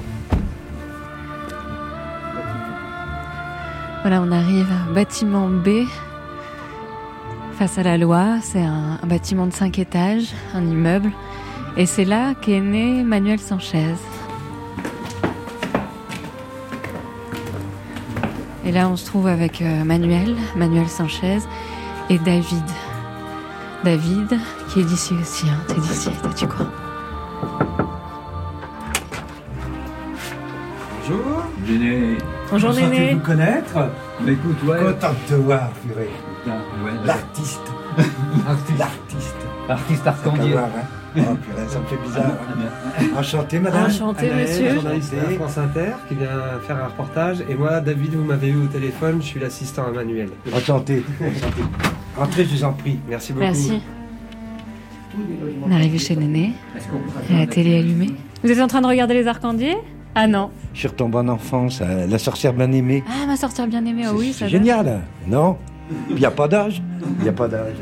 Voilà, on arrive à bâtiment B. Face à la Loire, c'est un, un bâtiment de cinq étages, un immeuble. Et c'est là qu'est né Manuel Sanchez. Et là, on se trouve avec euh, Manuel, Manuel Sanchez et David. David, qui est d'ici aussi, hein. T'es d'ici, t'es du coin. Bonjour. Néné. Bonjour Néné. Enchanté de vous connaître. Mais écoute, ouais. Content de te voir, purée. Ouais, l'artiste. L'artiste. L'artiste. L'artiste arcandier. Hein. Oh, purée, ça me fait bizarre. Hein. Enchanté, madame. Enchanté, Anaël, monsieur. Journaliste à France Inter qui vient faire un reportage. Et moi, David, vous m'avez eu au téléphone, je suis l'assistant à Manuel. Enchanté. Enchanté. Entrez, je vous en prie. Merci beaucoup. Merci. On est arrivé chez Néné. Et la télé allumée. Vous êtes en train de regarder les Arcandiers ? Ah non. Je suis retombé en enfance, euh, La sorcière bien aimée. Ah, ma sorcière bien aimée, oh oui, ça C'est va. génial, non? Il n'y a pas d'âge. Il n'y a pas d'âge.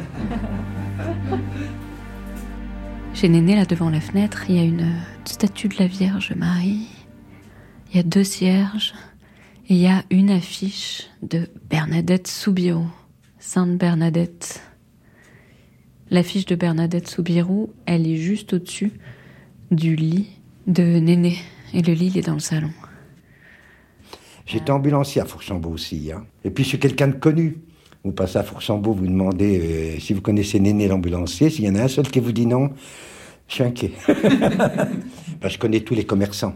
Chez Néné, là, devant la fenêtre, il y a une statue de la Vierge Marie. Il y a deux cierges. Et il y a une affiche de Bernadette Soubirous. Sainte Bernadette. L'affiche de Bernadette Soubirous, elle est juste au-dessus du lit de Néné. Et le lit, il est dans le salon. J'étais ambulancier à Fourchambault aussi. Hein. Et puis je suis quelqu'un de connu. Vous passez à Fourchambault, vous demandez euh, si vous connaissez Néné l'ambulancier. S'il y en a un seul qui vous dit non, je suis inquiet. Ben, je connais tous les commerçants.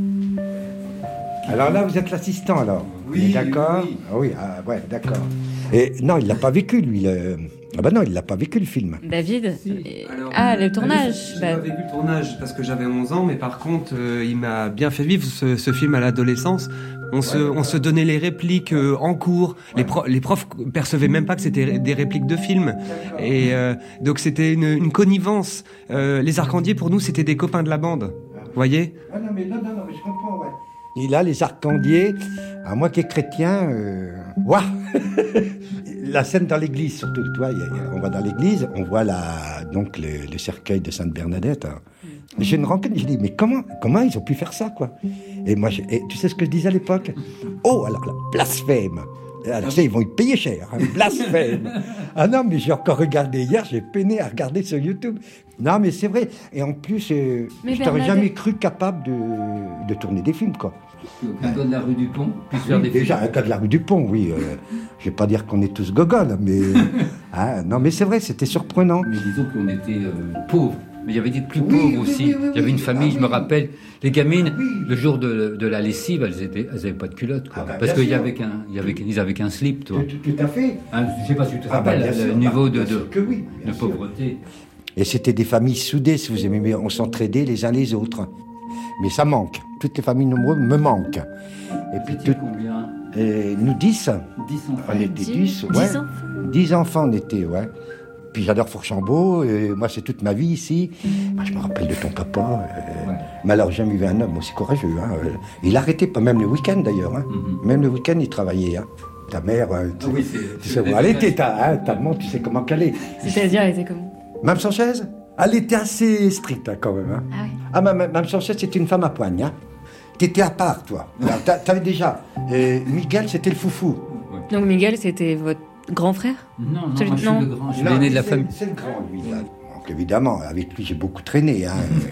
Alors là, vous êtes l'assistant alors. Oui, d'accord. Oui, ah, oui ah, ouais, d'accord. Et non, il l'a pas vécu lui. Le... Ah bah non, il l'a pas vécu le film. David Si. Alors, Ah, le tournage. J'ai Bah, pas vécu le tournage parce que j'avais onze ans, mais par contre, euh, il m'a bien fait vivre ce, ce film à l'adolescence. On se, on se donnait les répliques euh, en cours. Les, pro- les profs percevaient même pas que c'était des répliques de film. Et euh, donc c'était une, une connivence. Euh, les Arcandiers, pour nous, c'était des copains de la bande. Vous voyez? Ah non, mais non, non, non, mais je comprends, ouais. Et là, les Arcandiers, à moi qui est chrétien, euh... waouh. La scène dans l'église, surtout, tu vois, y a- y a- on va dans l'église, on voit la, donc le, le cercueil de Sainte Bernadette. Hein. J'ai une rencontre, je dis, mais comment, comment ils ont pu faire ça, quoi? Et moi, je- et tu sais ce que je disais à l'époque? Oh, alors la blasphème. Alors, tu sais, ils vont y payer cher, hein, blasphème. Ah non, mais j'ai encore regardé hier, j'ai peiné à regarder sur YouTube. Non, mais c'est vrai. Et en plus, euh, Mais je t'aurais Bernadette- jamais cru capable de, de tourner des films, quoi. Un gars de la rue du Pont puisse faire Oui, des déjà, films. un cas de la rue du Pont, oui. Euh, je vais pas dire qu'on est tous gogoles, mais... ah, non, mais c'est vrai, c'était surprenant. Mais disons qu'on était euh, pauvres. Mais il y avait des plus Oui, pauvres oui, aussi. oui, oui, il y avait une oui. famille, Ah, je me oui. rappelle, les gamines, le jour de, de la lessive, elles étaient, elles avaient pas de culotte, quoi. Ah bah, Parce bien qu'il y sûr. avait qu'un, il y avait, ils avaient qu'un slip, toi. Tout, tout à fait. Hein, je sais pas si tu te Ah bah, rappelles, bien le sûr, niveau bah, de, bien de, sûr que oui, bien de sûr. pauvreté. Et c'était des familles soudées, si vous aimez bien. On s'entraidait les uns les autres. Mais ça manque. Toutes les familles nombreuses me manquent. Et puis C'était tout- combien? et nous dix. dix enfants. On était Dix- dix, dix ouais. enfants. Dix enfants on était, ouais. Puis j'adore Fourchambault, et moi c'est toute ma vie ici. Moi, je me rappelle de ton papa. euh, Ouais. Mais alors j'ai jamais vu un homme aussi courageux. Hein. euh, Il arrêtait pas, même le week-end d'ailleurs. Hein. Mhm. Même le week-end il travaillait. Hein. Ta mère, euh, tu, Ah oui, c'est- tu sais où elle était, ta, hein, ta maman, tu sais comment qu'elle est. C'est-à-dire, elle était comment? Mme Sanchez, elle était assez stricte hein, quand même. Hein. Ah oui. Ah, ma- ma- Mme Sanchez, c'était une femme à poigne. Hein. T'étais à part, toi. Alors, t'a- t'avais déjà. euh, Miguel, c'était le foufou. Donc Miguel, c'était votre grand frère? Non, non, Celui- moi, je suis non. le grand, je suis Non, l'aîné de la c'est- famille. C'est le grand, lui. Là. Donc, évidemment, avec lui, j'ai beaucoup traîné. Hein.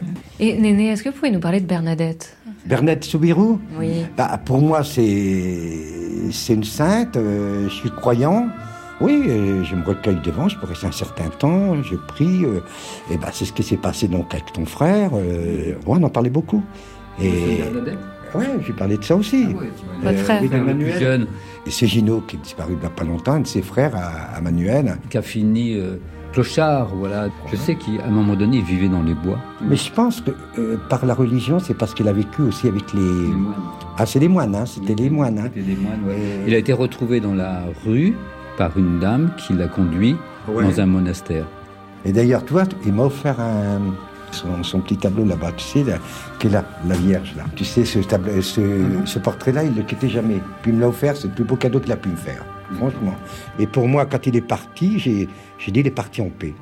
Et Néné, est-ce que vous pouvez nous parler de Bernadette? Bernadette Soubirous, Oui. bah, pour moi, c'est c'est une sainte. euh, je suis croyant. Oui, euh, je me recueille devant, je peux rester un certain temps, je prie. euh, et bah, c'est ce qui s'est passé donc avec ton frère. euh, ouais, on en parlait beaucoup. Et Bernadette ouais, j'ai parlé de ça aussi. Ah ouais, tu m'as Votre frère. oui, dit. d'Emmanuel. Plus jeune, Et c'est Gino qui est disparu il n'y a pas longtemps, un de ses frères à, à Manuel. qui a fini euh, clochard, voilà. Je sais qu'à un moment donné, il vivait dans les bois. Mais je pense que euh, par la religion, c'est parce qu'il a vécu aussi avec les. Les moines. Ah, c'est les moines, hein, c'était les moines. Hein. C'était des moines, ouais. Et- Il a été retrouvé dans la rue par une dame qui l'a conduit Ouais. dans un monastère. Et d'ailleurs, tu vois, il m'a offert un, son, son petit tableau là-bas, tu sais, là, qui est là, la Vierge, là. Tu sais, ce, tableau, ce, ce portrait-là, il ne le quittait jamais. Puis il me l'a offert, c'est le plus beau cadeau qu'il a pu me faire, franchement. Et pour moi, quand il est parti, j'ai, j'ai dit, il est parti en paix.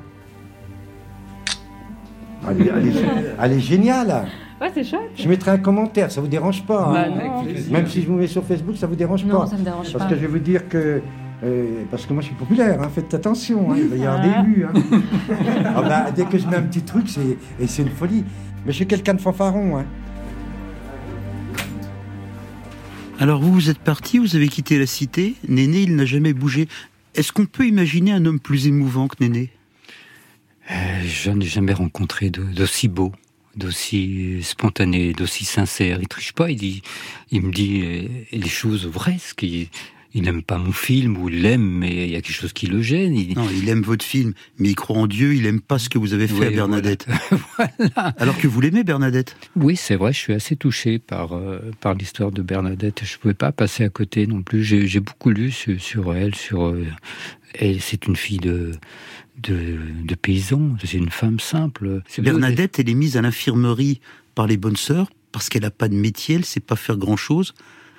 Elle est, elle est- elle est géniale. Ouais, c'est chouette. Je mettrai un commentaire, ça vous dérange pas. hein. Bah non. Même si je vous mets sur Facebook, ça vous dérange Non, pas. ça me dérange Parce pas. que je vais vous dire que. euh, parce que moi je suis populaire, hein, faites attention, hein, il va y avoir Ah. des vues. Hein. Ah bah, dès que je mets un petit truc, c'est, et c'est une folie. Mais je suis quelqu'un de fanfaron. Hein. Alors vous, vous êtes parti, vous avez quitté la cité. Néné, il n'a jamais bougé. Est-ce qu'on peut imaginer un homme plus émouvant que Néné? Euh, je n'ai jamais rencontré de- d'aussi beau, d'aussi spontané, d'aussi sincère. Il triche pas, il dit, il me dit euh, les choses vraies, ce qui, il n'aime pas mon film, ou il l'aime, mais il y a quelque chose qui le gêne. Il... Non, il aime votre film, mais il croit en Dieu, il aime pas ce que vous avez fait Oui, à Bernadette. voilà. Alors que vous l'aimez, Bernadette? Oui, c'est vrai, je suis assez touché par, euh, par l'histoire de Bernadette. Je ne pouvais pas passer à côté non plus. J'ai, j'ai beaucoup lu sur, sur elle. Sur, euh, elle, c'est une fille de, de, de paysan, c'est une femme simple. C'est Bernadette, elle est mise à l'infirmerie par les bonnes sœurs parce qu'elle n'a pas de métier, elle ne sait pas faire grand-chose,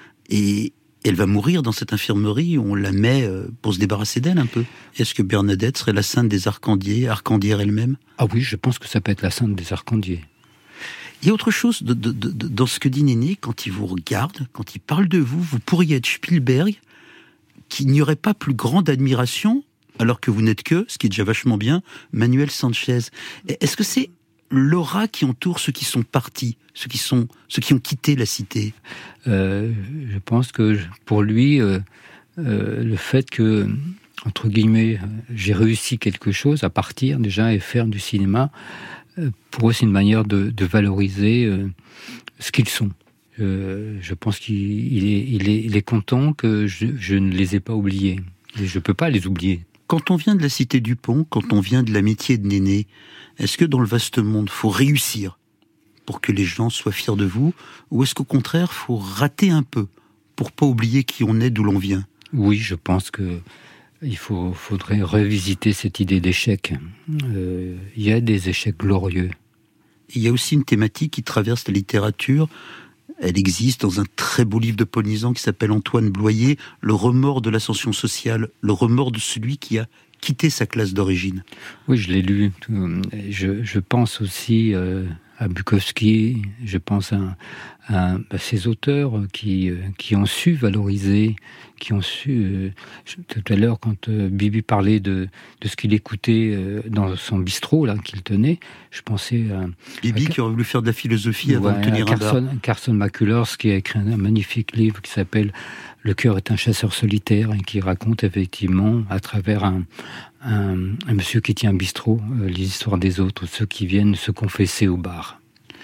et elle va mourir dans cette infirmerie où on la met pour se débarrasser d'elle un peu. Est-ce que Bernadette serait la sainte des Arcandiers, Arcandière elle-même ? Ah oui, je pense que ça peut être la sainte des Arcandiers. Il y a autre chose de, de, de, de, dans ce que dit Néné, quand il vous regarde, quand il parle de vous, vous pourriez être Spielberg, qu'il n'y aurait pas plus grande admiration, alors que vous n'êtes que, ce qui est déjà vachement bien, Manuel Sanchez. Est-ce que c'est l'aura qui entoure ceux qui sont partis, ceux qui, sont, ceux qui ont quitté la cité ? euh, Je pense que pour lui, euh, euh, le fait que, entre guillemets, j'ai réussi quelque chose à partir déjà et faire du cinéma, euh, pour eux c'est une manière de, de valoriser euh, ce qu'ils sont. Euh, je pense qu'il il est, il est, il est content que je, je ne les ai pas oubliés. Et je ne peux pas les oublier. Quand on vient de la cité du Pont, quand on vient de l'amitié de Néné, est-ce que dans le vaste monde, il faut réussir pour que les gens soient fiers de vous, ou est-ce qu'au contraire, il faut rater un peu pour pas oublier qui on est, d'où l'on vient ? Oui, je pense que il faut, faudrait revisiter cette idée d'échec. Euh, il y a des échecs glorieux. Il y a aussi une thématique qui traverse la littérature. Elle existe dans un très beau livre de Paul Nizan qui s'appelle Antoine Bloyer, Le remords de l'ascension sociale, le remords de celui qui a quitté sa classe d'origine. Oui, je l'ai lu. Je, je pense aussi euh, à Bukowski, je pense à, à, à ces auteurs qui, qui ont su valoriser, qui ont su... Euh, tout à l'heure, quand euh, Bibi parlait de, de ce qu'il écoutait euh, dans son bistrot, là, qu'il tenait, je pensais à... Bibi à, qui aurait voulu faire de la philosophie avant ouais, de tenir Carson, un bar. Carson McCullers, qui a écrit un, un magnifique livre qui s'appelle « Le cœur est un chasseur solitaire » et qui raconte effectivement, à travers un, un, un monsieur qui tient un bistrot, euh, les histoires des autres, ceux qui viennent se confesser au bar.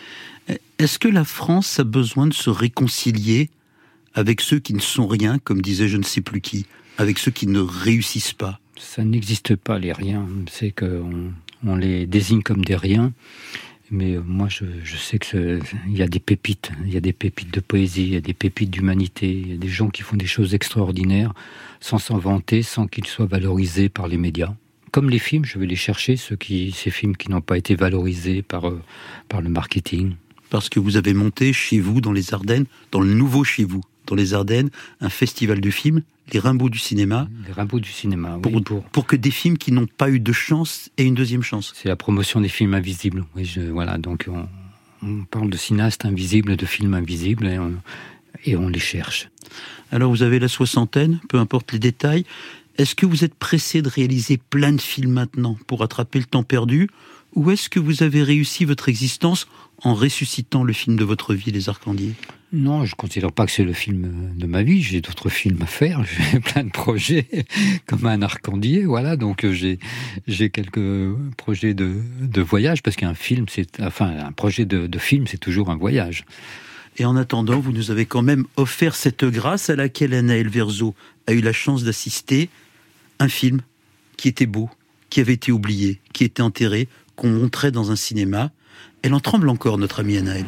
Est-ce que la France a besoin de se réconcilier avec ceux qui ne sont rien, comme disait je ne sais plus qui, avec ceux qui ne réussissent pas ? Ça n'existe pas, les riens. C'est qu'on on les désigne comme des riens. Mais moi, je, je sais qu'il y a des pépites. Il y a des pépites de poésie, il y a des pépites d'humanité. Il y a des gens qui font des choses extraordinaires sans s'en vanter, sans qu'ils soient valorisés par les médias. Comme les films, je vais les chercher, ceux qui, ces films qui n'ont pas été valorisés par, euh, par le marketing. Parce que vous avez monté chez vous, dans les Ardennes, dans le nouveau chez vous, dans les Ardennes, un festival de films, les Rimbaud du cinéma. Les Rimbaud du cinéma, pour, oui. Pour, pour que des films qui n'ont pas eu de chance aient une deuxième chance. C'est la promotion des films invisibles. Oui, je, voilà, donc on, on parle de cinéastes invisibles, de films invisibles, et on, et on les cherche. Alors vous avez la soixantaine, peu importe les détails. Est-ce que vous êtes pressé de réaliser plein de films maintenant pour rattraper le temps perdu ? Ou est-ce que vous avez réussi votre existence en ressuscitant le film de votre vie, Les Arcandiers ? Non, je ne considère pas que c'est le film de ma vie. J'ai d'autres films à faire. J'ai plein de projets, comme un Arcandier, voilà. Donc j'ai j'ai quelques projets de de voyage, parce qu'un film, c'est enfin un projet de, de film, c'est toujours un voyage. Et en attendant, vous nous avez quand même offert cette grâce à laquelle Anaëlle Verzo a eu la chance d'assister. Un film qui était beau, qui avait été oublié, qui était enterré, qu'on montrait dans un cinéma. Elle en tremble encore, notre amie Anaëlle.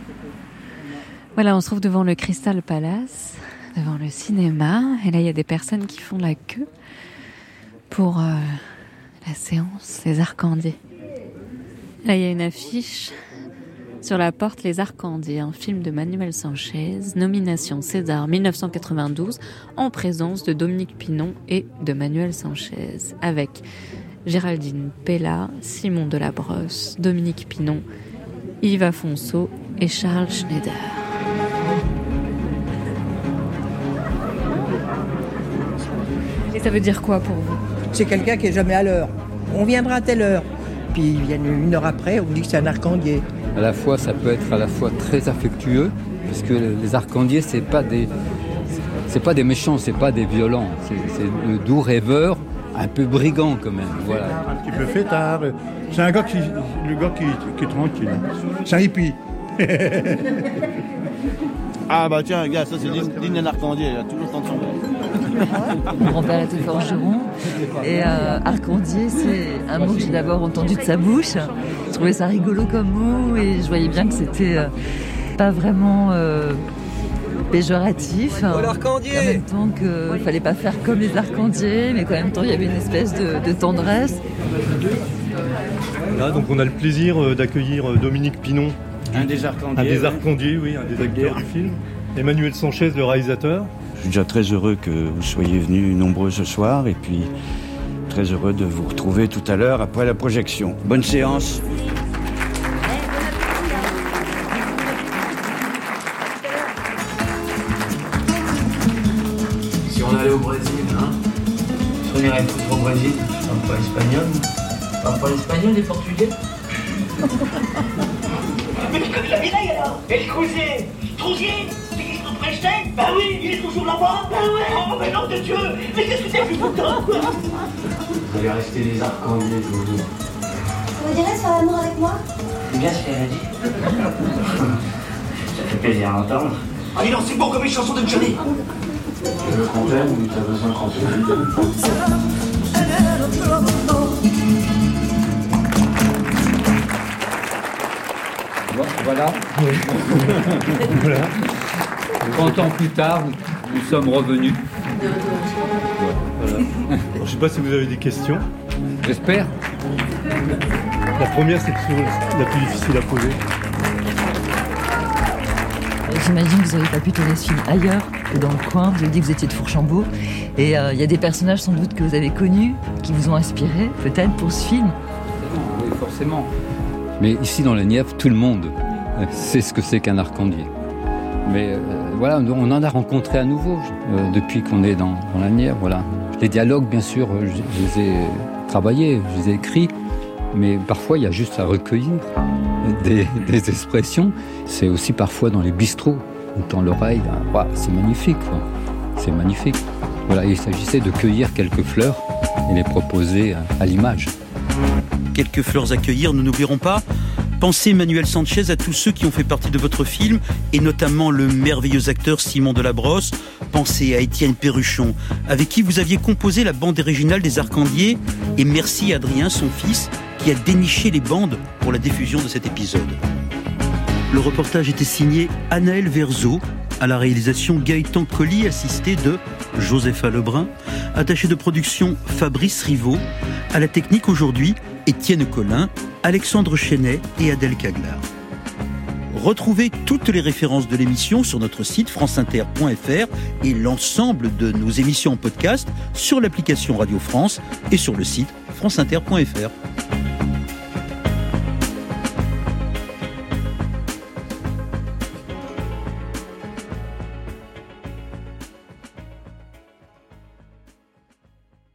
Voilà, on se trouve devant le Crystal Palace, devant le cinéma. Et là, il y a des personnes qui font la queue pour euh, la séance Les Arcandiers. Là, il y a une affiche sur la porte, Les Arcandiers, un film de Manuel Sanchez, nomination César dix-neuf cent quatre-vingt-douze, en présence de Dominique Pinon et de Manuel Sanchez, avec Géraldine Pella, Simon Delabrosse, Dominique Pinon, Yves Afonso et Charles Schneider. Et ça veut dire quoi pour vous ? C'est quelqu'un qui est jamais à l'heure. On viendra à telle heure. Puis ils viennent une heure après, on dit que c'est un arcandier. À la fois, ça peut être à la fois très affectueux, puisque les arcandiers, c'est pas des, c'est pas des méchants, c'est pas des violents. C'est, c'est le doux rêveur, un peu brigand quand même. Voilà. Un petit peu fêtard. C'est un gars qui, le gars qui, qui est tranquille. C'est un hippie. Ah bah tiens, gars, ça c'est digne d'un arcandier, il a toujours tant de son. Mon grand-père était forgeron et euh, arcandier, c'est un mot que j'ai d'abord entendu de sa bouche. Je trouvais ça rigolo comme mot et je voyais bien que c'était euh, pas vraiment euh, péjoratif. Hein. En même temps qu'il fallait pas faire comme les arcandiers, mais qu'en même temps il y avait une espèce de, de tendresse. Là, donc on a le plaisir d'accueillir Dominique Pinon, aujourd'hui. Un des Arcandiers. Un des oui. Arcandiers, oui, un des acteurs du film. Emmanuel Sanchez, le réalisateur. Je suis déjà très heureux que vous soyez venus nombreux ce soir et puis très heureux de vous retrouver tout à l'heure après la projection. Bonne séance. Si on allait au Brésil, hein, on irait foutre au Brésil, je parle pas espagnol. Je parle pas l'espagnol, les portugais. Mais tu connais la médaille alors? Et le Trousier? Trousier? C'est qui son Prechtel? Bah oui, il est toujours là-bas. Bah ouais. Oh mais nom de Dieu. Mais qu'est-ce que t'as fait tout le temps, quoi? Vous allez rester des Arcandiers, je vous dis. Vous direz faire l'amour avec moi? C'est bien ce qu'elle a dit. Ça fait plaisir à entendre. Allez, non, c'est bon comme une chanson de Johnny. Tu veux qu'on t'aime ou t'as besoin qu'on te dise? Voilà. Voilà. trente ans plus tard, nous sommes revenus. Voilà. Alors, je ne sais pas si vous avez des questions. J'espère. La première, c'est toujours la plus difficile à poser. J'imagine que vous n'avez pas pu tourner ce film ailleurs que dans le coin. Vous avez dit que vous étiez de Fourchambault. Et il euh, y a des personnages sans doute que vous avez connus, qui vous ont inspiré peut-être pour ce film. Oui, forcément. Mais ici dans la Nièvre, tout le monde sait ce que c'est qu'un arcandier. Mais euh, voilà, on en a rencontré à nouveau euh, depuis qu'on est dans, dans la Nièvre. Voilà. Les dialogues, bien sûr, je, je les ai travaillés, je les ai écrits. Mais parfois, il y a juste à recueillir des, des expressions. C'est aussi parfois dans les bistrots. On tend l'oreille, ben, wow, c'est magnifique, quoi. C'est magnifique. Voilà, il s'agissait de cueillir quelques fleurs et les proposer à, à l'image. Quelques fleurs à cueillir, nous n'oublierons pas. Pensez, Emmanuel Sanchez, à tous ceux qui ont fait partie de votre film, et notamment le merveilleux acteur Simon Delabrosse. Pensez à Étienne Perruchon, avec qui vous aviez composé la bande originale des Arcandiers. Et merci à Adrien, son fils, qui a déniché les bandes pour la diffusion de cet épisode. Le reportage était signé Anaël Verzeau, à la réalisation Gaëtan Colli, assisté de Josepha Lebrun, attaché de production Fabrice Rivaud, à la technique aujourd'hui Étienne Collin, Alexandre Chenet et Adèle Caglar. Retrouvez toutes les références de l'émission sur notre site franceinter point f r et l'ensemble de nos émissions en podcast sur l'application Radio France et sur le site franceinter point f r.